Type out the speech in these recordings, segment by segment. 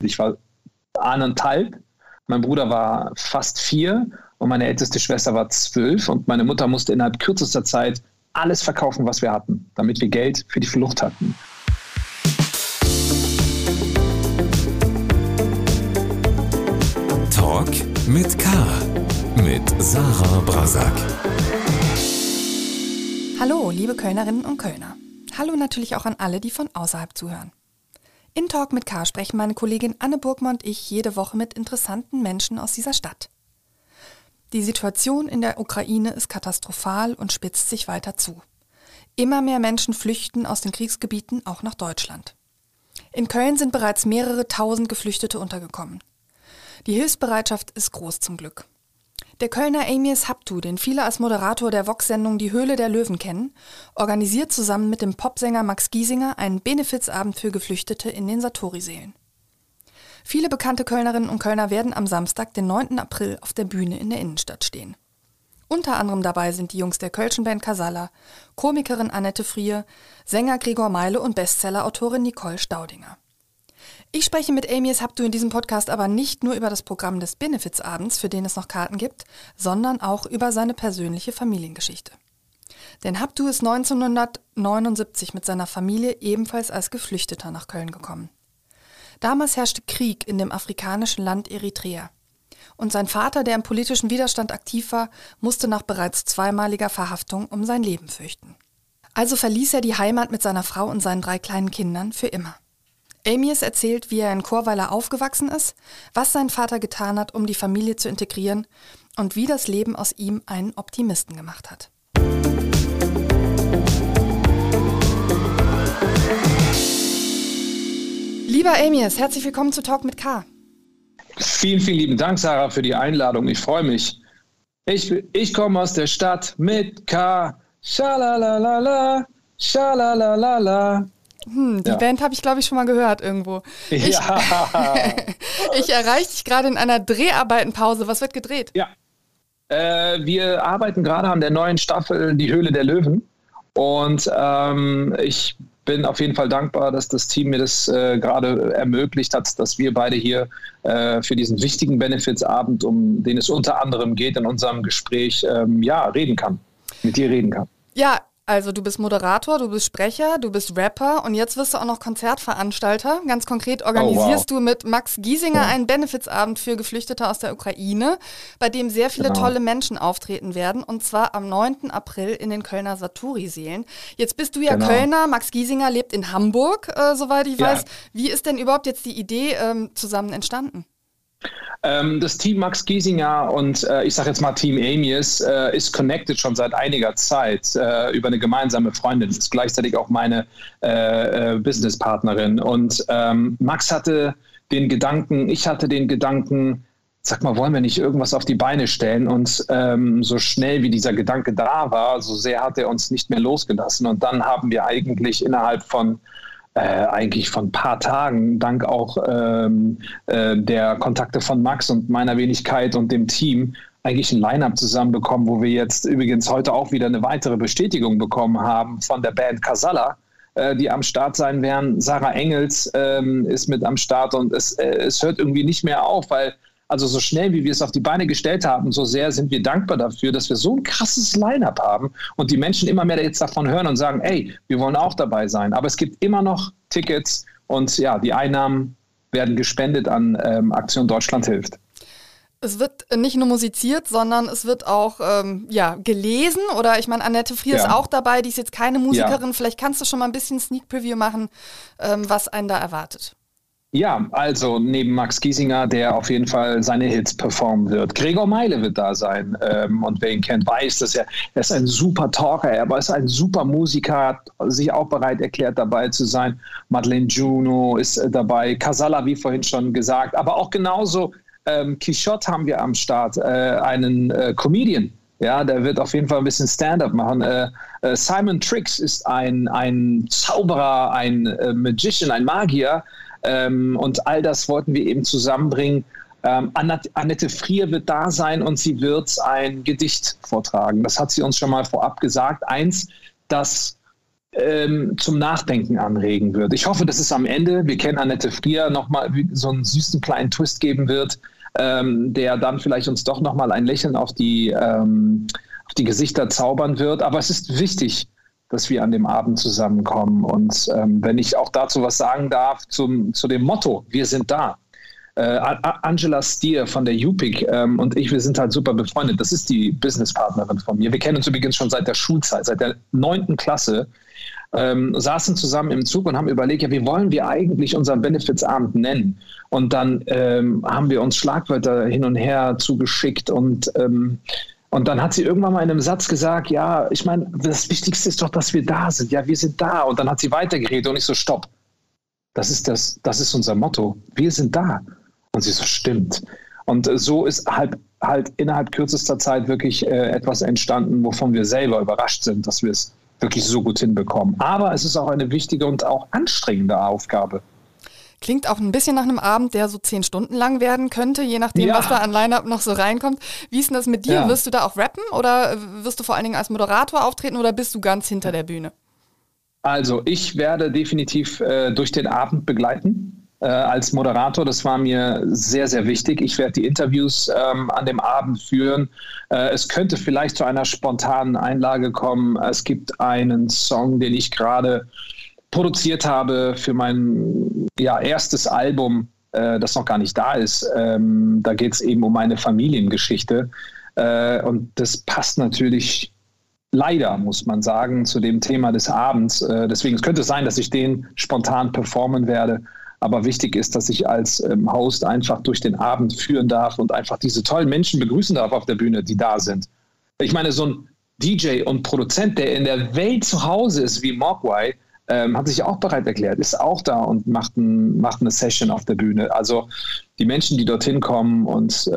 Ich war 1,5, mein Bruder war fast 4 und meine älteste Schwester war 12 und meine Mutter musste innerhalb kürzester Zeit alles verkaufen, was wir hatten, damit wir Geld für die Flucht hatten. Talk mit K. mit Sarah Brasak. Hallo, liebe Kölnerinnen und Kölner. Hallo natürlich auch an alle, die von außerhalb zuhören. In Talk mit K sprechen meine Kollegin Anne Burgmann und ich jede Woche mit interessanten Menschen aus dieser Stadt. Die Situation in der Ukraine ist katastrophal und spitzt sich weiter zu. Immer mehr Menschen flüchten aus den Kriegsgebieten auch nach Deutschland. In Köln sind bereits mehrere tausend Geflüchtete untergekommen. Die Hilfsbereitschaft ist groß zum Glück. Der Kölner Amias Haptu, den viele als Moderator der Vox-Sendung Die Höhle der Löwen kennen, organisiert zusammen mit dem Popsänger Max Giesinger einen Benefizabend für Geflüchtete in den Satori-Sälen. Viele bekannte Kölnerinnen und Kölner werden am Samstag, den 9. April, auf der Bühne in der Innenstadt stehen. Unter anderem dabei sind die Jungs der Kölschen Band Casalla, Komikerin Annette Frier, Sänger Gregor Meile und Bestsellerautorin Nicole Staudinger. Ich spreche mit Amias Haptu in diesem Podcast aber nicht nur über das Programm des Benefizabends, für den es noch Karten gibt, sondern auch über seine persönliche Familiengeschichte. Denn Haptu ist 1979 mit seiner Familie ebenfalls als Geflüchteter nach Köln gekommen. Damals herrschte Krieg in dem afrikanischen Land Eritrea. Und sein Vater, der im politischen Widerstand aktiv war, musste nach bereits zweimaliger Verhaftung um sein Leben fürchten. Also verließ er die Heimat mit seiner Frau und seinen 3 kleinen Kindern für immer. Amias erzählt, wie er in Chorweiler aufgewachsen ist, was sein Vater getan hat, um die Familie zu integrieren und wie das Leben aus ihm einen Optimisten gemacht hat. Lieber Amias, herzlich willkommen zu Talk mit K. Vielen, vielen lieben Dank, Sarah, für die Einladung. Ich freue mich. Ich komme aus der Stadt mit K. Schalalalala, schalalalala. Die Band habe ich, glaube ich, schon mal gehört irgendwo. Ich erreiche dich gerade in einer Dreharbeitenpause. Was wird gedreht? Ja, wir arbeiten gerade an der neuen Staffel Die Höhle der Löwen. Und ich bin auf jeden Fall dankbar, dass das Team mir das gerade ermöglicht hat, dass wir beide hier für diesen wichtigen Benefizabend, um den es unter anderem geht, in unserem Gespräch mit dir reden kann. Ja, also du bist Moderator, du bist Sprecher, du bist Rapper und jetzt wirst du auch noch Konzertveranstalter. Ganz konkret organisierst du mit Max Giesinger einen Benefizabend für Geflüchtete aus der Ukraine, bei dem sehr viele tolle Menschen auftreten werden, und zwar am 9. April in den Kölner Satori-Sälen. Jetzt bist du ja Kölner, Max Giesinger lebt in Hamburg, soweit ich weiß. Wie ist denn überhaupt jetzt die Idee zusammen entstanden? Das Team Max Giesinger und ich sage jetzt mal Team Amias ist connected schon seit einiger Zeit über eine gemeinsame Freundin, ist gleichzeitig auch meine Businesspartnerin. Und Max hatte den Gedanken, ich hatte den Gedanken, sag mal, wollen wir nicht irgendwas auf die Beine stellen? Und so schnell wie dieser Gedanke da war, so sehr hat er uns nicht mehr losgelassen. Und dann haben wir eigentlich innerhalb von ein paar Tagen, dank auch der Kontakte von Max und meiner Wenigkeit und dem Team, eigentlich ein Line-Up zusammenbekommen, wo wir jetzt übrigens heute auch wieder eine weitere Bestätigung bekommen haben von der Band Casalla, die am Start sein werden. Sarah Engels ist mit am Start und es hört irgendwie nicht mehr auf, weil also so schnell, wie wir es auf die Beine gestellt haben, so sehr sind wir dankbar dafür, dass wir so ein krasses Line-Up haben und die Menschen immer mehr jetzt davon hören und sagen, ey, wir wollen auch dabei sein. Aber es gibt immer noch Tickets und ja, die Einnahmen werden gespendet an Aktion Deutschland hilft. Es wird nicht nur musiziert, sondern es wird auch gelesen. Oder ich meine, Annette Frier ist auch dabei, die ist jetzt keine Musikerin. Vielleicht kannst du schon mal ein bisschen Sneak Preview machen, was einen da erwartet. Ja, also neben Max Giesinger, der auf jeden Fall seine Hits performen wird. Gregor Meile wird da sein. Und wer ihn kennt, weiß, dass er ist ein super Talker, er ist ein super Musiker, hat sich auch bereit erklärt, dabei zu sein. Madeleine Juno ist dabei, Casalla, wie vorhin schon gesagt. Aber auch genauso Quichotte haben wir am Start, einen Comedian. Ja, der wird auf jeden Fall ein bisschen Stand-up machen. Simon Triggs ist ein Zauberer, ein Magician, ein Magier. Und all das wollten wir eben zusammenbringen. Annette Frier wird da sein und sie wird ein Gedicht vortragen. Das hat sie uns schon mal vorab gesagt. Eins, das zum Nachdenken anregen wird. Ich hoffe, dass es am Ende, wir kennen Annette Frier, nochmal so einen süßen kleinen Twist geben wird, der dann vielleicht uns doch nochmal ein Lächeln auf die Gesichter zaubern wird. Aber es ist wichtig, dass wir an dem Abend zusammenkommen. Und wenn ich auch dazu was sagen darf, zu dem Motto, wir sind da. Angela Stier von der UPIC und ich, wir sind halt super befreundet. Das ist die Businesspartnerin von mir. Wir kennen uns übrigens schon seit der Schulzeit, seit der 9. Klasse. Saßen zusammen im Zug und haben überlegt, ja, wie wollen wir eigentlich unseren Benefitsabend nennen? Und dann haben wir uns Schlagwörter hin und her zugeschickt und dann hat sie irgendwann mal in einem Satz gesagt, ja, ich meine, das Wichtigste ist doch, dass wir da sind. Ja, wir sind da. Und dann hat sie weitergeredet und ich so, stopp. Das ist unser Motto. Wir sind da. Und sie so, stimmt. Und so ist halt innerhalb kürzester Zeit wirklich etwas entstanden, wovon wir selber überrascht sind, dass wir es wirklich so gut hinbekommen. Aber es ist auch eine wichtige und auch anstrengende Aufgabe. Klingt auch ein bisschen nach einem Abend, der so 10 Stunden lang werden könnte, je nachdem, was da an Line-Up noch so reinkommt. Wie ist denn das mit dir? Ja. Wirst du da auch rappen oder wirst du vor allen Dingen als Moderator auftreten oder bist du ganz hinter der Bühne? Also ich werde definitiv durch den Abend begleiten als Moderator. Das war mir sehr, sehr wichtig. Ich werde die Interviews an dem Abend führen. Es könnte vielleicht zu einer spontanen Einlage kommen. Es gibt einen Song, den ich gerade produziert habe für mein erstes Album, das noch gar nicht da ist. Da geht es eben um meine Familiengeschichte. Und das passt natürlich leider, muss man sagen, zu dem Thema des Abends. Deswegen, es könnte sein, dass ich den spontan performen werde. Aber wichtig ist, dass ich als Host einfach durch den Abend führen darf und einfach diese tollen Menschen begrüßen darf auf der Bühne, die da sind. Ich meine, so ein DJ und Produzent, der in der Welt zu Hause ist wie Mogwai, hat sich auch bereit erklärt, ist auch da und macht eine Session auf der Bühne. Also die Menschen, die dorthin kommen und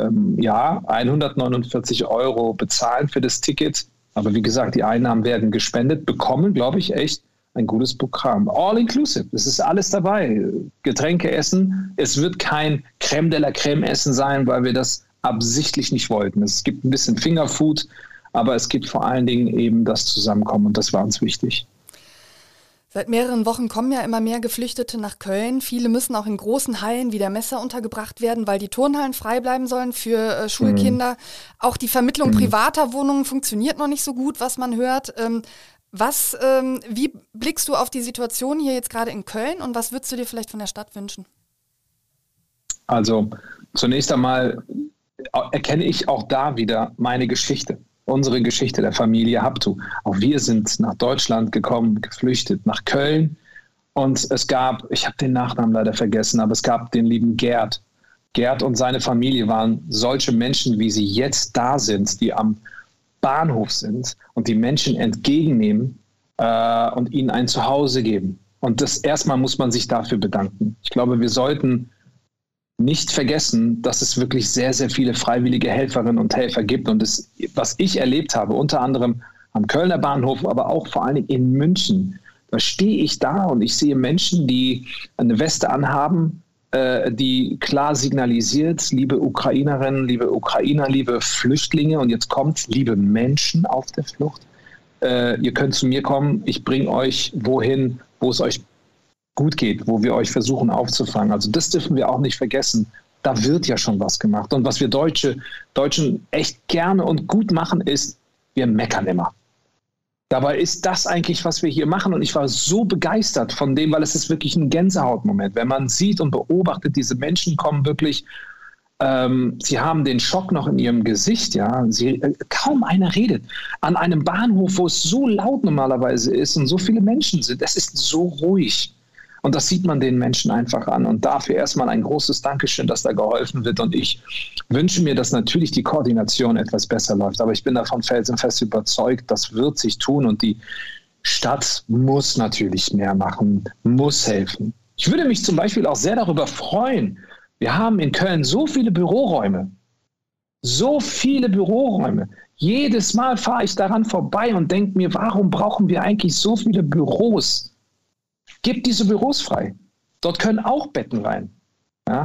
149 € bezahlen für das Ticket, aber wie gesagt, die Einnahmen werden gespendet, bekommen, glaube ich, echt ein gutes Programm. All inclusive, es ist alles dabei. Getränke essen, es wird kein Crème de la Crème essen sein, weil wir das absichtlich nicht wollten. Es gibt ein bisschen Fingerfood, aber es gibt vor allen Dingen eben das Zusammenkommen und das war uns wichtig. Seit mehreren Wochen kommen ja immer mehr Geflüchtete nach Köln. Viele müssen auch in großen Hallen wie der Messe untergebracht werden, weil die Turnhallen frei bleiben sollen für Schulkinder. Auch die Vermittlung privater Wohnungen funktioniert noch nicht so gut, was man hört. Wie blickst du auf die Situation hier jetzt gerade in Köln und was würdest du dir vielleicht von der Stadt wünschen? Also zunächst einmal erkenne ich auch da wieder meine Geschichte. Unsere Geschichte der Familie Habtu. Auch wir sind nach Deutschland gekommen, geflüchtet nach Köln. Und es gab, ich habe den Nachnamen leider vergessen, aber es gab den lieben Gerd. Gerd und seine Familie waren solche Menschen, wie sie jetzt da sind, die am Bahnhof sind und die Menschen entgegennehmen und ihnen ein Zuhause geben. Und das erstmal muss man sich dafür bedanken. Ich glaube, wir sollten nicht vergessen, dass es wirklich sehr, sehr viele freiwillige Helferinnen und Helfer gibt. Und das, was ich erlebt habe, unter anderem am Kölner Bahnhof, aber auch vor allem in München, da stehe ich da und ich sehe Menschen, die eine Weste anhaben, die klar signalisiert, liebe Ukrainerinnen, liebe Ukrainer, liebe Flüchtlinge und jetzt kommt, liebe Menschen auf der Flucht, ihr könnt zu mir kommen, ich bringe euch wohin, wo es euch gut geht, wo wir euch versuchen aufzufangen. Also das dürfen wir auch nicht vergessen. Da wird ja schon was gemacht. Und was wir Deutschen echt gerne und gut machen, ist, wir meckern immer. Dabei ist das eigentlich, was wir hier machen. Und ich war so begeistert von dem, weil es ist wirklich ein Gänsehautmoment. Wenn man sieht und beobachtet, diese Menschen kommen wirklich, sie haben den Schock noch in ihrem Gesicht. Ja, kaum einer redet. An einem Bahnhof, wo es so laut normalerweise ist und so viele Menschen sind, es ist so ruhig. Und das sieht man den Menschen einfach an. Und dafür erstmal ein großes Dankeschön, dass da geholfen wird. Und ich wünsche mir, dass natürlich die Koordination etwas besser läuft. Aber ich bin davon felsenfest überzeugt, das wird sich tun. Und die Stadt muss natürlich mehr machen, muss helfen. Ich würde mich zum Beispiel auch sehr darüber freuen. Wir haben in Köln so viele Büroräume. So viele Büroräume. Jedes Mal fahre ich daran vorbei und denke mir, warum brauchen wir eigentlich so viele Büros? Gebt diese Büros frei. Dort können auch Betten rein. Ja?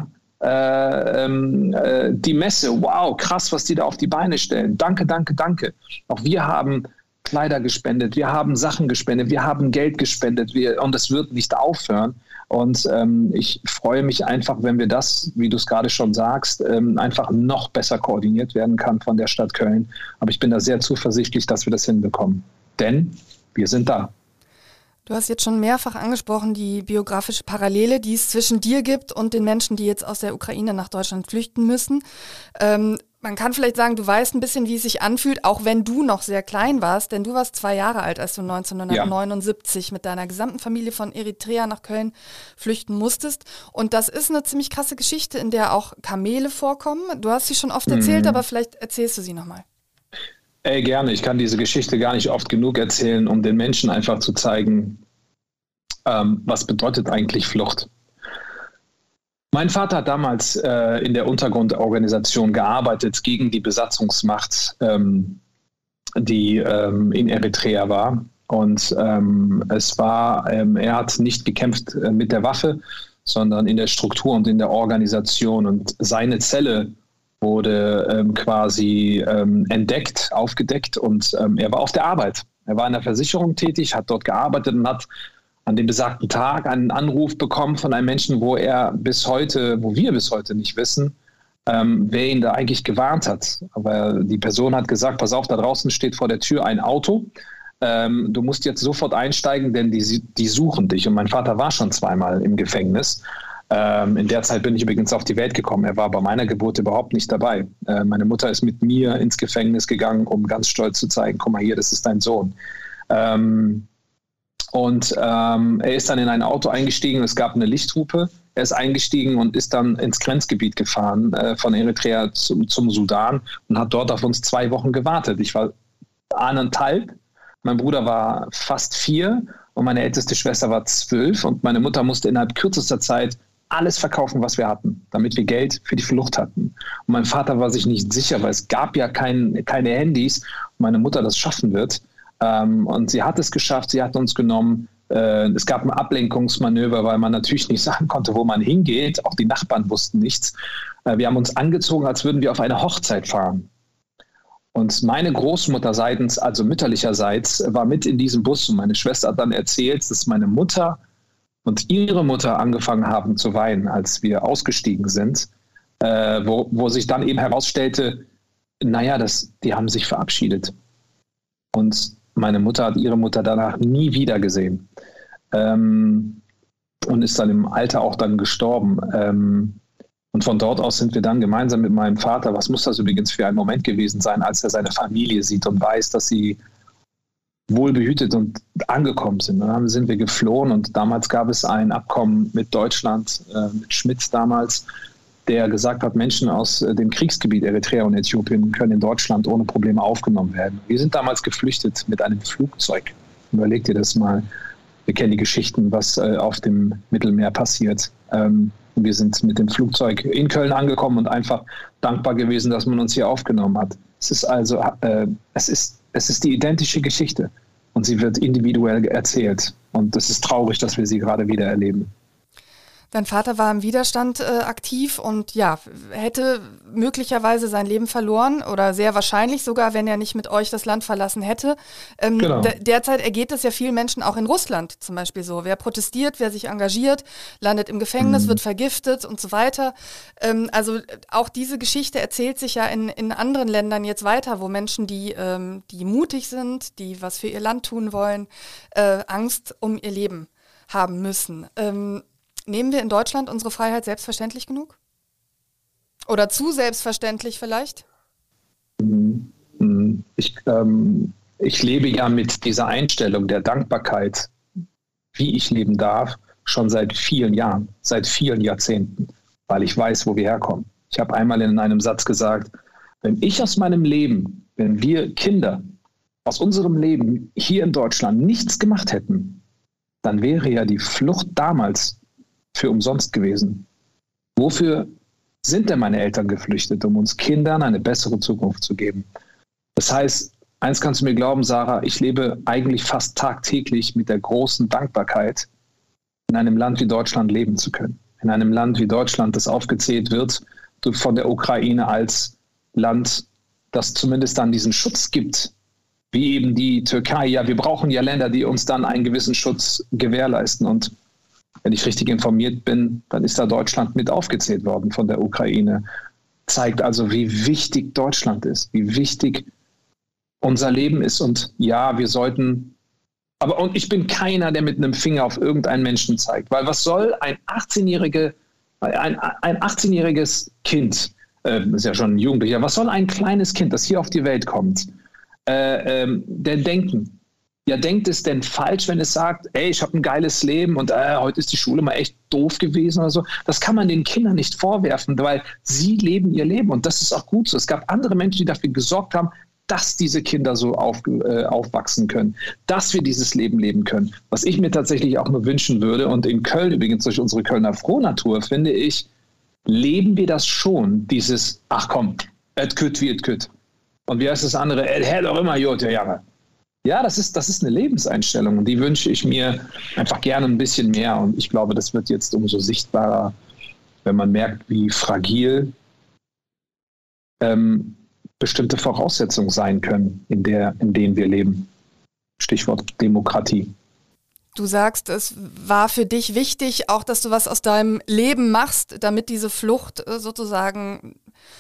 Die Messe, wow, krass, was die da auf die Beine stellen. Danke, danke, danke. Auch wir haben Kleider gespendet, wir haben Sachen gespendet, wir haben Geld gespendet und es wird nicht aufhören. Und ich freue mich einfach, wenn wir das, wie du es gerade schon sagst, einfach noch besser koordiniert werden kann von der Stadt Köln. Aber ich bin da sehr zuversichtlich, dass wir das hinbekommen. Denn wir sind da. Du hast jetzt schon mehrfach angesprochen, die biografische Parallele, die es zwischen dir gibt und den Menschen, die jetzt aus der Ukraine nach Deutschland flüchten müssen. Man kann vielleicht sagen, du weißt ein bisschen, wie es sich anfühlt, auch wenn du noch sehr klein warst, denn du warst 2 Jahre alt, als du 1979 mit deiner gesamten Familie von Eritrea nach Köln flüchten musstest. Und das ist eine ziemlich krasse Geschichte, in der auch Kamele vorkommen. Du hast sie schon oft erzählt, aber vielleicht erzählst du sie nochmal. Gerne. Ich kann diese Geschichte gar nicht oft genug erzählen, um den Menschen einfach zu zeigen, was bedeutet eigentlich Flucht. Mein Vater hat damals in der Untergrundorganisation gearbeitet gegen die Besatzungsmacht, die in Eritrea war. Und er hat nicht gekämpft mit der Waffe, sondern in der Struktur und in der Organisation. Und seine Zelle wurde quasi entdeckt, aufgedeckt und er war auf der Arbeit. Er war in der Versicherung tätig, hat dort gearbeitet und hat an dem besagten Tag einen Anruf bekommen von einem Menschen, wo wir bis heute nicht wissen, wer ihn da eigentlich gewarnt hat. Aber die Person hat gesagt, pass auf, da draußen steht vor der Tür ein Auto. Du musst jetzt sofort einsteigen, denn die suchen dich. Und mein Vater war schon 2-mal im Gefängnis. In der Zeit bin ich übrigens auf die Welt gekommen. Er war bei meiner Geburt überhaupt nicht dabei. Meine Mutter ist mit mir ins Gefängnis gegangen, um ganz stolz zu zeigen, guck mal hier, das ist dein Sohn. Er ist dann in ein Auto eingestiegen, es gab eine Lichthupe. Er ist eingestiegen und ist dann ins Grenzgebiet gefahren, von Eritrea zum Sudan und hat dort auf uns 2 Wochen gewartet. Ich war 1,5, mein Bruder war fast 4 und meine älteste Schwester war 12 und meine Mutter musste innerhalb kürzester Zeit alles verkaufen, was wir hatten, damit wir Geld für die Flucht hatten. Und mein Vater war sich nicht sicher, weil es gab ja keine Handys, und meine Mutter das schaffen wird. Und sie hat es geschafft, sie hat uns genommen. Es gab ein Ablenkungsmanöver, weil man natürlich nicht sagen konnte, wo man hingeht. Auch die Nachbarn wussten nichts. Wir haben uns angezogen, als würden wir auf eine Hochzeit fahren. Und meine Großmutter seitens, also mütterlicherseits, war mit in diesem Bus. Und meine Schwester hat dann erzählt, dass meine Mutter und ihre Mutter angefangen haben zu weinen, als wir ausgestiegen sind. Wo sich dann eben herausstellte, die haben sich verabschiedet. Und meine Mutter hat ihre Mutter danach nie wieder gesehen und ist dann im Alter auch dann gestorben. Und von dort aus sind wir dann gemeinsam mit meinem Vater, was muss das übrigens für ein Moment gewesen sein, als er seine Familie sieht und weiß, dass sie wohlbehütet und angekommen sind. Dann sind wir geflohen und damals gab es ein Abkommen mit Deutschland, mit Schmitz damals, der gesagt hat, Menschen aus dem Kriegsgebiet Eritrea und Äthiopien können in Deutschland ohne Probleme aufgenommen werden. Wir sind damals geflüchtet mit einem Flugzeug. Überleg dir das mal. Wir kennen die Geschichten, was auf dem Mittelmeer passiert. Wir sind mit dem Flugzeug in Köln angekommen und einfach dankbar gewesen, dass man uns hier aufgenommen hat. Es ist also, es ist die identische Geschichte und sie wird individuell erzählt. Und es ist traurig, dass wir sie gerade wieder erleben. Dein Vater war im Widerstand aktiv und hätte möglicherweise sein Leben verloren oder sehr wahrscheinlich sogar, wenn er nicht mit euch das Land verlassen hätte. Genau. Derzeit ergeht es ja vielen Menschen auch in Russland zum Beispiel so. Wer protestiert, wer sich engagiert, landet im Gefängnis, wird vergiftet und so weiter. Also auch diese Geschichte erzählt sich ja in anderen Ländern jetzt weiter, wo Menschen, die mutig sind, die was für ihr Land tun wollen, Angst um ihr Leben haben müssen. Nehmen wir in Deutschland unsere Freiheit selbstverständlich genug? Oder zu selbstverständlich vielleicht? Ich lebe ja mit dieser Einstellung der Dankbarkeit, wie ich leben darf, schon seit vielen Jahren, seit vielen Jahrzehnten, weil ich weiß, wo wir herkommen. Ich habe einmal in einem Satz gesagt, wenn wir Kinder aus unserem Leben hier in Deutschland nichts gemacht hätten, dann wäre ja die Flucht damals für umsonst gewesen. Wofür sind denn meine Eltern geflüchtet? Um uns Kindern eine bessere Zukunft zu geben. Das heißt, eins kannst du mir glauben, Sarah, ich lebe eigentlich fast tagtäglich mit der großen Dankbarkeit, in einem Land wie Deutschland leben zu können. In einem Land wie Deutschland, das aufgezählt wird von der Ukraine als Land, das zumindest dann diesen Schutz gibt, wie eben die Türkei. Ja, wir brauchen ja Länder, die uns dann einen gewissen Schutz gewährleisten. Und wenn ich richtig informiert bin, dann ist da Deutschland mit aufgezählt worden von der Ukraine. Zeigt also, wie wichtig Deutschland ist, wie wichtig unser Leben ist. Und ja, wir sollten, und ich bin keiner, der mit einem Finger auf irgendeinen Menschen zeigt, weil was soll ein 18-jähriges Kind, ist ja schon ein Jugendlicher, was soll ein kleines Kind, das hier auf die Welt kommt, denn denken? Ja, denkt es denn falsch, wenn es sagt, ey, ich habe ein geiles Leben und heute ist die Schule mal echt doof gewesen oder so? Das kann man den Kindern nicht vorwerfen, weil sie leben ihr Leben und das ist auch gut so. Es gab andere Menschen, die dafür gesorgt haben, dass diese Kinder so aufwachsen können, dass wir dieses Leben leben können. Was ich mir tatsächlich auch nur wünschen würde, und in Köln übrigens durch unsere Kölner Frohnatur, finde ich, leben wir das schon, dieses, ach komm, et kütt wie et kütt. Und wie heißt das andere? Et hell auch immer, Jod, ja, Jange. Ja, das ist eine Lebenseinstellung und die wünsche ich mir einfach gerne ein bisschen mehr. Und ich glaube, das wird jetzt umso sichtbarer, wenn man merkt, wie fragil bestimmte Voraussetzungen sein können, in denen wir leben. Stichwort Demokratie. Du sagst, es war für dich wichtig, auch dass du was aus deinem Leben machst, damit diese Flucht sozusagen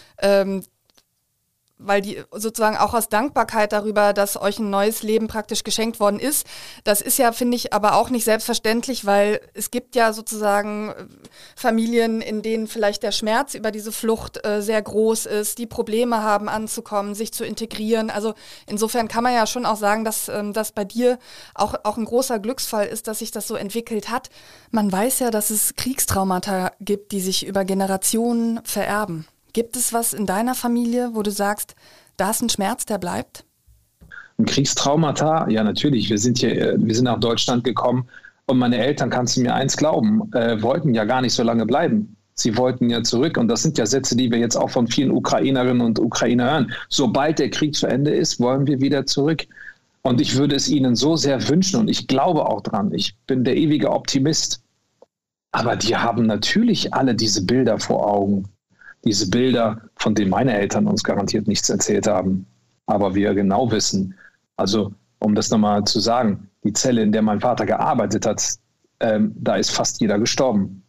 weil die sozusagen auch aus Dankbarkeit darüber, dass euch ein neues Leben praktisch geschenkt worden ist. Das ist ja, finde ich, aber auch nicht selbstverständlich, weil es gibt ja sozusagen Familien, in denen vielleicht der Schmerz über diese Flucht sehr groß ist, die Probleme haben anzukommen, sich zu integrieren. Also insofern kann man ja schon auch sagen, dass das bei dir auch ein großer Glücksfall ist, dass sich das so entwickelt hat. Man weiß ja, dass es Kriegstraumata gibt, die sich über Generationen vererben. Gibt es was in deiner Familie, wo du sagst, da ist ein Schmerz, der bleibt? Ein Kriegstraumata? Ja, natürlich. Wir sind nach Deutschland gekommen und meine Eltern, kannst du mir eins glauben, wollten ja gar nicht so lange bleiben. Sie wollten ja zurück und das sind ja Sätze, die wir jetzt auch von vielen Ukrainerinnen und Ukrainern hören. Sobald der Krieg zu Ende ist, wollen wir wieder zurück. Und ich würde es ihnen so sehr wünschen und ich glaube auch dran. Ich bin der ewige Optimist. Aber die haben natürlich alle diese Bilder vor Augen. Diese Bilder, von denen meine Eltern uns garantiert nichts erzählt haben. Aber wir genau wissen, also um das nochmal zu sagen, die Zelle, in der mein Vater gearbeitet hat, da ist fast jeder gestorben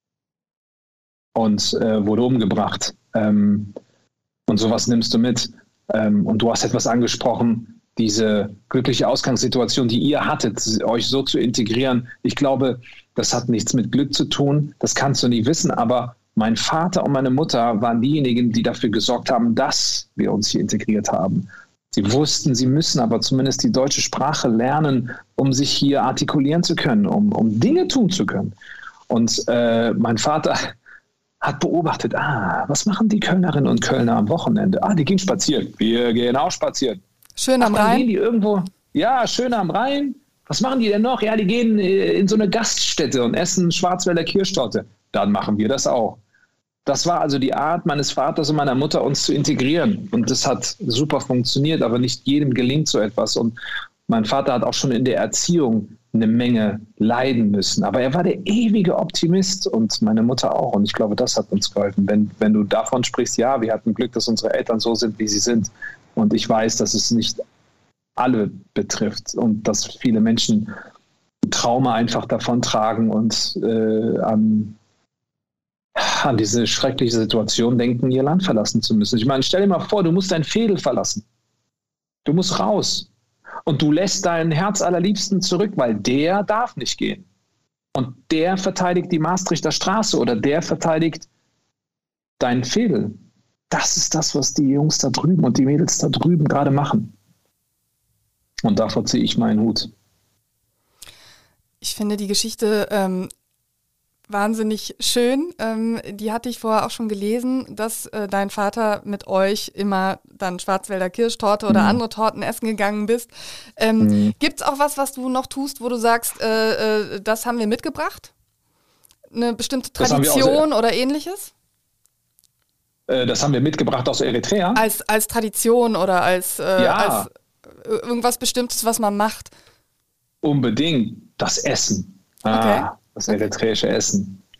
und wurde umgebracht. Und sowas nimmst du mit. Und du hast etwas angesprochen, diese glückliche Ausgangssituation, die ihr hattet, euch so zu integrieren. Ich glaube, das hat nichts mit Glück zu tun. Das kannst du nie wissen, aber mein Vater und meine Mutter waren diejenigen, die dafür gesorgt haben, dass wir uns hier integriert haben. Sie wussten, sie müssen aber zumindest die deutsche Sprache lernen, um sich hier artikulieren zu können, um Dinge tun zu können. Und mein Vater hat beobachtet, was machen die Kölnerinnen und Kölner am Wochenende? Die gehen spazieren. Wir gehen auch spazieren. Schön am Rhein? Gehen die irgendwo? Ja, schön am Rhein. Was machen die denn noch? Ja, die gehen in so eine Gaststätte und essen Schwarzwälder Kirschtorte. Dann machen wir das auch. Das war also die Art meines Vaters und meiner Mutter, uns zu integrieren. Und das hat super funktioniert, aber nicht jedem gelingt so etwas. Und mein Vater hat auch schon in der Erziehung eine Menge leiden müssen. Aber er war der ewige Optimist und meine Mutter auch. Und ich glaube, das hat uns geholfen. Wenn du davon sprichst, ja, wir hatten Glück, dass unsere Eltern so sind, wie sie sind. Und ich weiß, dass es nicht alle betrifft und dass viele Menschen Trauma einfach davontragen und an diese schreckliche Situation denken, ihr Land verlassen zu müssen. Ich meine, stell dir mal vor, du musst dein Veedel verlassen. Du musst raus. Und du lässt deinen Herzallerliebsten zurück, weil der darf nicht gehen. Und der verteidigt die Maastrichter Straße oder der verteidigt dein Veedel. Das ist das, was die Jungs da drüben und die Mädels da drüben gerade machen. Und davor ziehe ich meinen Hut. Ich finde die Geschichte wahnsinnig schön. Die hatte ich vorher auch schon gelesen, dass dein Vater mit euch immer dann Schwarzwälder Kirschtorte oder andere Torten essen gegangen bist. Gibt es auch was du noch tust, wo du sagst, das haben wir mitgebracht? Eine bestimmte Tradition oder ähnliches? Das haben wir mitgebracht aus Eritrea? Als Tradition oder als irgendwas Bestimmtes, was man macht? Unbedingt. Das Essen. Okay. Das eritreische Essen.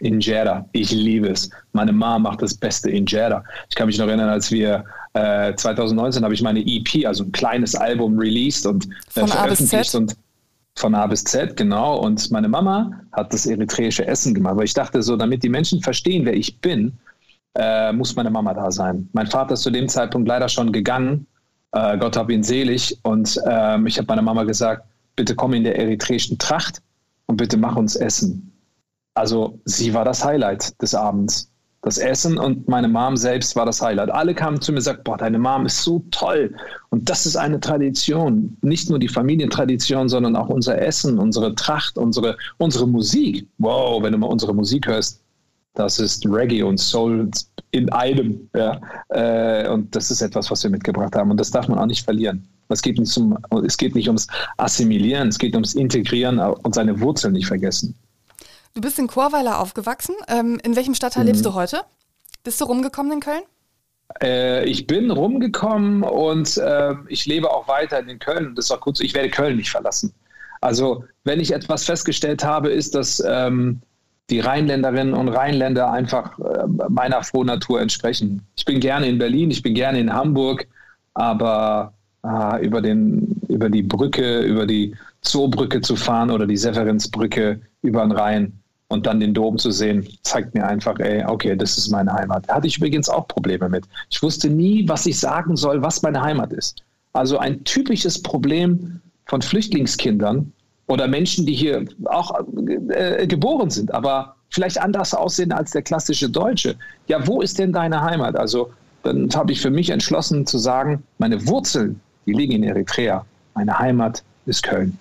Injera. Ich liebe es. Meine Mom macht das beste Injera. Ich kann mich noch erinnern, als wir 2019 habe ich meine EP, also ein kleines Album released und veröffentlicht. Und von A bis Z, genau. Und meine Mama hat das eritreische Essen gemacht. Aber ich dachte so, damit die Menschen verstehen, wer ich bin, muss meine Mama da sein. Mein Vater ist zu dem Zeitpunkt leider schon gegangen. Gott hab ihn selig. Und ich habe meiner Mama gesagt, bitte komm in der eritreischen Tracht und bitte mach uns Essen. Also sie war das Highlight des Abends. Das Essen und meine Mom selbst war das Highlight. Alle kamen zu mir und sagten, boah, deine Mom ist so toll. Und das ist eine Tradition. Nicht nur die Familientradition, sondern auch unser Essen, unsere Tracht, unsere Musik. Wow, wenn du mal unsere Musik hörst, das ist Reggae und Soul in einem. Ja? Und das ist etwas, was wir mitgebracht haben. Und das darf man auch nicht verlieren. Es geht nicht ums Assimilieren, es geht ums Integrieren und seine Wurzeln nicht vergessen. Du bist in Chorweiler aufgewachsen. In welchem Stadtteil lebst du heute? Bist du rumgekommen in Köln? Ich bin rumgekommen und ich lebe auch weiter in Köln. Das war kurz, ich werde Köln nicht verlassen. Also wenn ich etwas festgestellt habe, ist, dass die Rheinländerinnen und Rheinländer einfach meiner frohen Natur entsprechen. Ich bin gerne in Berlin, ich bin gerne in Hamburg, aber über die Brücke, über die Zoobrücke zu fahren oder die Severinsbrücke über den Rhein und dann den Dom zu sehen, zeigt mir einfach, okay, das ist meine Heimat. Da hatte ich übrigens auch Probleme mit. Ich wusste nie, was ich sagen soll, was meine Heimat ist. Also ein typisches Problem von Flüchtlingskindern oder Menschen, die hier auch geboren sind, aber vielleicht anders aussehen als der klassische Deutsche. Ja, wo ist denn deine Heimat? Also dann habe ich für mich entschlossen zu sagen, meine Wurzeln, die liegen in Eritrea. Meine Heimat ist Köln.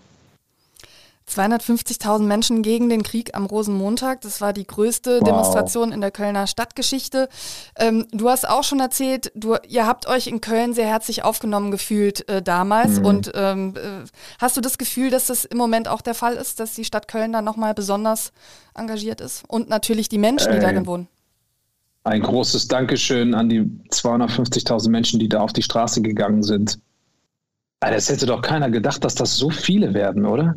250.000 Menschen gegen den Krieg am Rosenmontag. Das war die größte Demonstration in der Kölner Stadtgeschichte. Du hast auch schon erzählt, ihr habt euch in Köln sehr herzlich aufgenommen gefühlt damals. Und hast du das Gefühl, dass das im Moment auch der Fall ist, dass die Stadt Köln da nochmal besonders engagiert ist? Und natürlich die Menschen, die darin wohnen. Ein großes Dankeschön an die 250.000 Menschen, die da auf die Straße gegangen sind. Das hätte doch keiner gedacht, dass das so viele werden, oder?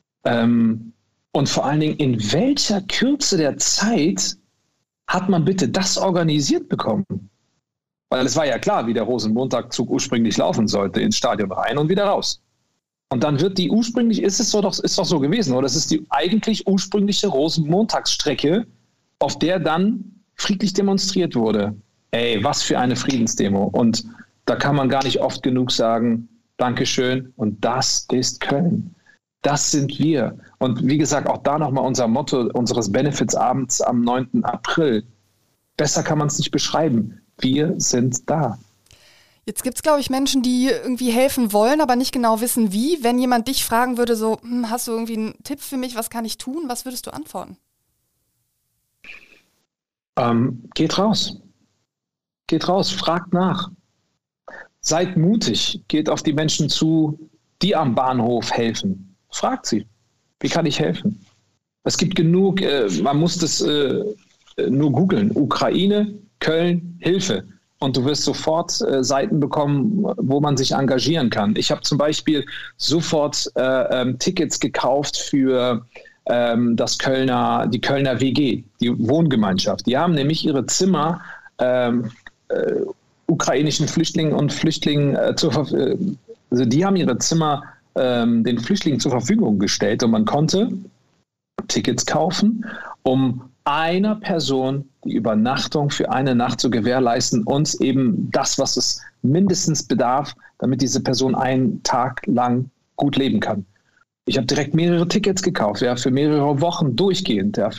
Und vor allen Dingen, in welcher Kürze der Zeit hat man bitte das organisiert bekommen? Weil es war ja klar, wie der Rosenmontagzug ursprünglich laufen sollte, ins Stadion rein und wieder raus. Und dann wird die ursprünglich, ist doch so gewesen, oder? Das ist die eigentlich ursprüngliche Rosenmontagsstrecke, auf der dann friedlich demonstriert wurde. Was für eine Friedensdemo. Und da kann man gar nicht oft genug sagen, Dankeschön. Und das ist Köln. Das sind wir. Und wie gesagt, auch da nochmal unser Motto unseres Benefits-Abends am 9. April. Besser kann man es nicht beschreiben. Wir sind da. Jetzt gibt es, glaube ich, Menschen, die irgendwie helfen wollen, aber nicht genau wissen, wie. Wenn jemand dich fragen würde, so, hast du irgendwie einen Tipp für mich, was kann ich tun? Was würdest du antworten? Geht raus. Geht raus, fragt nach. Seid mutig, geht auf die Menschen zu, die am Bahnhof helfen. Fragt sie, wie kann ich helfen? Es gibt genug, man muss das nur googeln. Ukraine, Köln, Hilfe. Und du wirst sofort Seiten bekommen, wo man sich engagieren kann. Ich habe zum Beispiel sofort Tickets gekauft für die Kölner WG, die Wohngemeinschaft. Die haben nämlich ihre Zimmer ukrainischen Flüchtlingen und Flüchtlingen also die haben ihre Zimmer den Flüchtlingen zur Verfügung gestellt und man konnte Tickets kaufen, um einer Person die Übernachtung für eine Nacht zu gewährleisten und eben das, was es mindestens bedarf, damit diese Person einen Tag lang gut leben kann. Ich habe direkt mehrere Tickets gekauft, ja, für mehrere Wochen durchgehend, ja,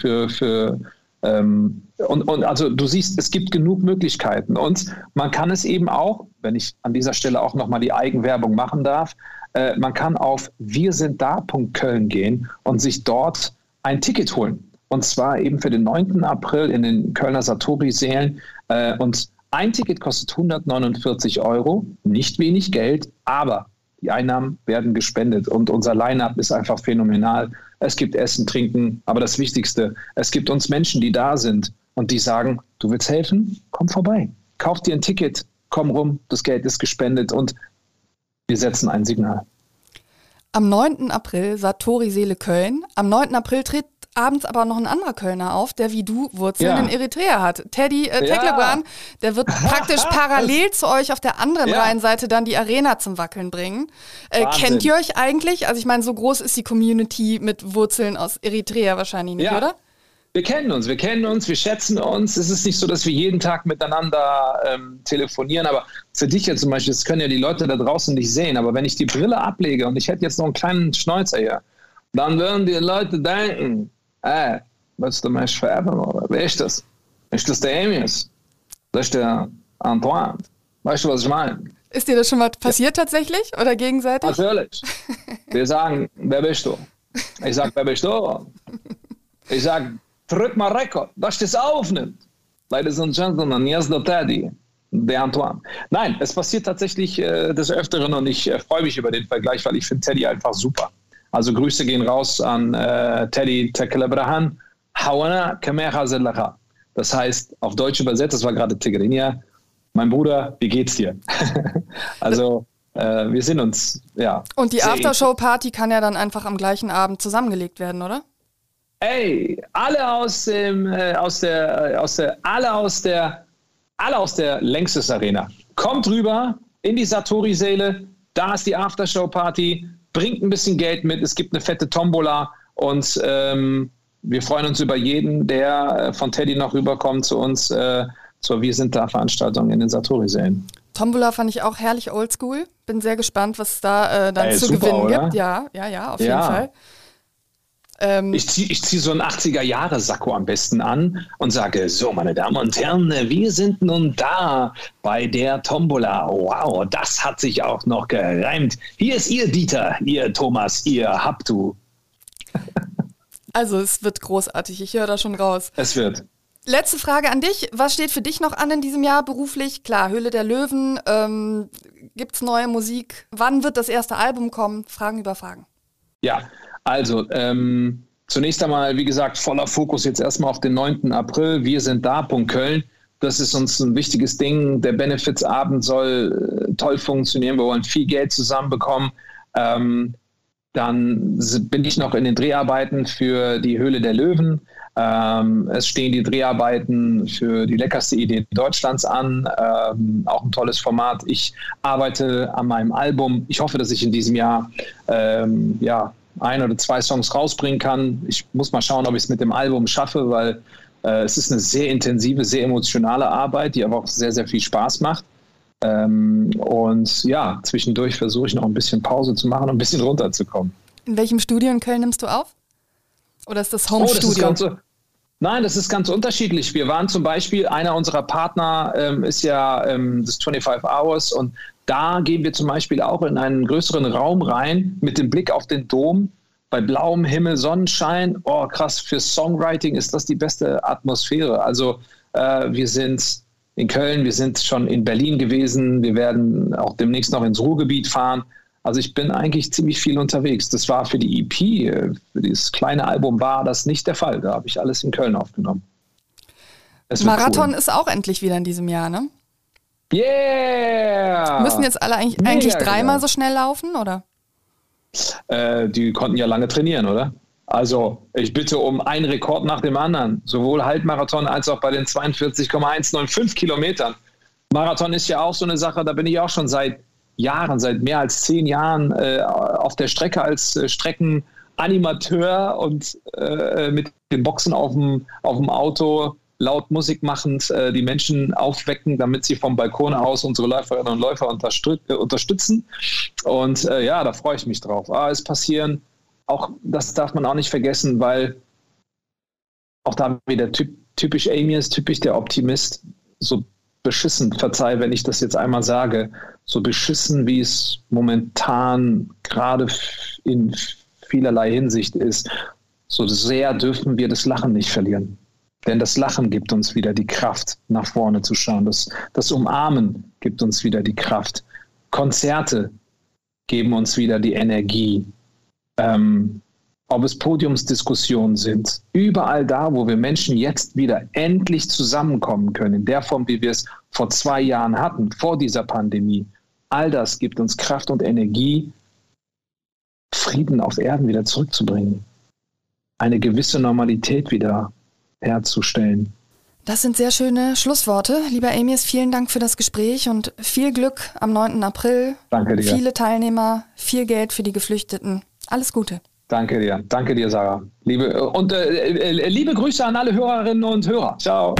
und also du siehst, es gibt genug Möglichkeiten und man kann es eben auch, wenn ich an dieser Stelle auch nochmal die Eigenwerbung machen darf, man kann auf wirsindda.köln gehen und sich dort ein Ticket holen. Und zwar eben für den 9. April in den Kölner Satori-Sälen. Und ein Ticket kostet 149 €, nicht wenig Geld, aber die Einnahmen werden gespendet. Und unser Line-Up ist einfach phänomenal. Es gibt Essen, Trinken, aber das Wichtigste, es gibt uns Menschen, die da sind und die sagen, du willst helfen? Komm vorbei. Kauf dir ein Ticket, komm rum, das Geld ist gespendet und wir setzen ein Signal. Am 9. April Satori-Säle Köln. Am 9. April tritt abends aber noch ein anderer Kölner auf, der wie du Wurzeln in Eritrea hat. Teddy Teklebran, der wird praktisch parallel zu euch auf der anderen Rheinseite dann die Arena zum Wackeln bringen. Kennt ihr euch eigentlich? Also ich meine, so groß ist die Community mit Wurzeln aus Eritrea wahrscheinlich nicht, oder? Wir kennen uns, wir schätzen uns. Es ist nicht so, dass wir jeden Tag miteinander telefonieren, aber für dich jetzt zum Beispiel, das können ja die Leute da draußen nicht sehen, aber wenn ich die Brille ablege und ich hätte jetzt noch einen kleinen Schnäuzer hier, dann würden die Leute denken, willst du mich vererben, oder? Wer ist das? Ist das der Amius? Das ist der Antoine. Weißt du, was ich meine? Ist dir das schon mal passiert tatsächlich oder gegenseitig? Natürlich. Wir sagen, wer bist du? Ich sag, wer bist du? Ich sag, drück mal Rekord, dass das aufnimmt. Ladies and Gentlemen, here's the Teddy, der Antoine. Nein, es passiert tatsächlich des Öfteren und ich freue mich über den Vergleich, weil ich finde Teddy einfach super. Also Grüße gehen raus an Teddy Teklebran, Hawana Kameha Zellacha. Das heißt, auf Deutsch übersetzt, das war gerade Tigrinya, mein Bruder, wie geht's dir? Also wir sind uns, Und die Aftershow-Party kann ja dann einfach am gleichen Abend zusammengelegt werden, oder? Ey, alle aus der Längstes Arena. Kommt rüber in die Satori-Säle, da ist die Aftershow-Party, bringt ein bisschen Geld mit, es gibt eine fette Tombola und wir freuen uns über jeden, der von Teddy noch rüberkommt zu uns, zur Wir sind da Veranstaltung in den Satori-Sälen. Tombola fand ich auch herrlich oldschool. Bin sehr gespannt, was es da dann zu super, gewinnen oder? gibt. Ja, auf jeden Fall. Ich zieh so einen 80er-Jahre-Sakko am besten an und sage, so, meine Damen und Herren, wir sind nun da bei der Tombola. Wow, das hat sich auch noch gereimt. Hier ist Ihr Dieter, Ihr Thomas, Ihr Habtu. Also es wird großartig, ich höre da schon raus. Es wird. Letzte Frage an dich. Was steht für dich noch an in diesem Jahr beruflich? Klar, Höhle der Löwen, gibt's neue Musik? Wann wird das erste Album kommen? Fragen über Fragen. Ja, also zunächst einmal, wie gesagt, voller Fokus jetzt erstmal auf den 9. April. Wir sind da, Köln. Das ist uns ein wichtiges Ding. Der Benefizabend soll toll funktionieren. Wir wollen viel Geld zusammenbekommen. Dann bin ich noch in den Dreharbeiten für die Höhle der Löwen. Es stehen die Dreharbeiten für die leckerste Idee Deutschlands an. Auch ein tolles Format. Ich arbeite an meinem Album. Ich hoffe, dass ich in diesem Jahr 1 oder 2 Songs rausbringen kann. Ich muss mal schauen, ob ich es mit dem Album schaffe, weil es ist eine sehr intensive, sehr emotionale Arbeit, die aber auch sehr, sehr viel Spaß macht. Und ja, zwischendurch versuche ich noch ein bisschen Pause zu machen und ein bisschen runterzukommen. In welchem Studio in Köln nimmst du auf? Oder ist das Home-Studio? Nein, das ist ganz unterschiedlich. Wir waren zum Beispiel, einer unserer Partner ist ja das 25 Hours und da gehen wir zum Beispiel auch in einen größeren Raum rein mit dem Blick auf den Dom, bei blauem Himmel, Sonnenschein. Oh krass, für Songwriting ist das die beste Atmosphäre. Also wir sind in Köln, wir sind schon in Berlin gewesen, wir werden auch demnächst noch ins Ruhrgebiet fahren. Also ich bin eigentlich ziemlich viel unterwegs. Das war für die EP, für dieses kleine Album war das nicht der Fall. Da habe ich alles in Köln aufgenommen. Marathon ist auch endlich wieder in diesem Jahr, ne? Yeah! Müssen jetzt alle eigentlich dreimal so schnell laufen, oder? Die konnten ja lange trainieren, oder? Also ich bitte um einen Rekord nach dem anderen. Sowohl Halbmarathon als auch bei den 42,195 Kilometern. Marathon ist ja auch so eine Sache, da bin ich auch schon seit Jahren, seit mehr als 10 Jahren auf der Strecke als Streckenanimateur und mit den Boxen auf dem Auto laut Musik machend die Menschen aufwecken, damit sie vom Balkon aus unsere Läuferinnen und Läufer unterstützen. Und da freue ich mich drauf. Es passieren, auch das darf man auch nicht vergessen, weil auch da wieder typisch Amy ist, typisch der Optimist, so beschissen, verzeih, wenn ich das jetzt einmal sage, so beschissen, wie es momentan gerade in vielerlei Hinsicht ist, so sehr dürfen wir das Lachen nicht verlieren. Denn das Lachen gibt uns wieder die Kraft, nach vorne zu schauen. Das Umarmen gibt uns wieder die Kraft. Konzerte geben uns wieder die Energie. Ob es Podiumsdiskussionen sind, überall da, wo wir Menschen jetzt wieder endlich zusammenkommen können, in der Form, wie wir es vor 2 Jahren hatten, vor dieser Pandemie, all das gibt uns Kraft und Energie, Frieden auf Erden wieder zurückzubringen. eine gewisse Normalität wieder herzustellen. Das sind sehr schöne Schlussworte. Lieber Amias, vielen Dank für das Gespräch und viel Glück am 9. April. Danke dir. Viele Teilnehmer, viel Geld für die Geflüchteten. Alles Gute. Danke dir, Sarah. Liebe Grüße an alle Hörerinnen und Hörer. Ciao.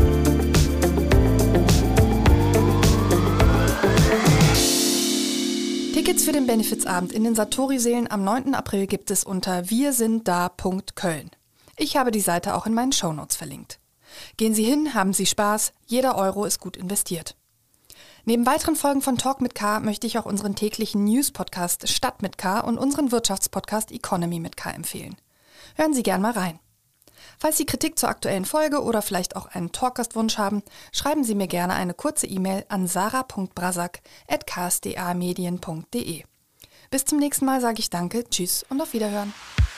Tickets für den Benefizabend in den Satori-Sälen am 9. April gibt es unter wirsinda.köln. Ich habe die Seite auch in meinen Shownotes verlinkt. Gehen Sie hin, haben Sie Spaß, jeder Euro ist gut investiert. Neben weiteren Folgen von Talk mit K möchte ich auch unseren täglichen News-Podcast Stadt mit K und unseren Wirtschaftspodcast Economy mit K empfehlen. Hören Sie gern mal rein. Falls Sie Kritik zur aktuellen Folge oder vielleicht auch einen Talkgastwunsch haben, schreiben Sie mir gerne eine kurze E-Mail an sarah.brasak@ksda-medien.de. Bis zum nächsten Mal sage ich Danke, Tschüss und auf Wiederhören.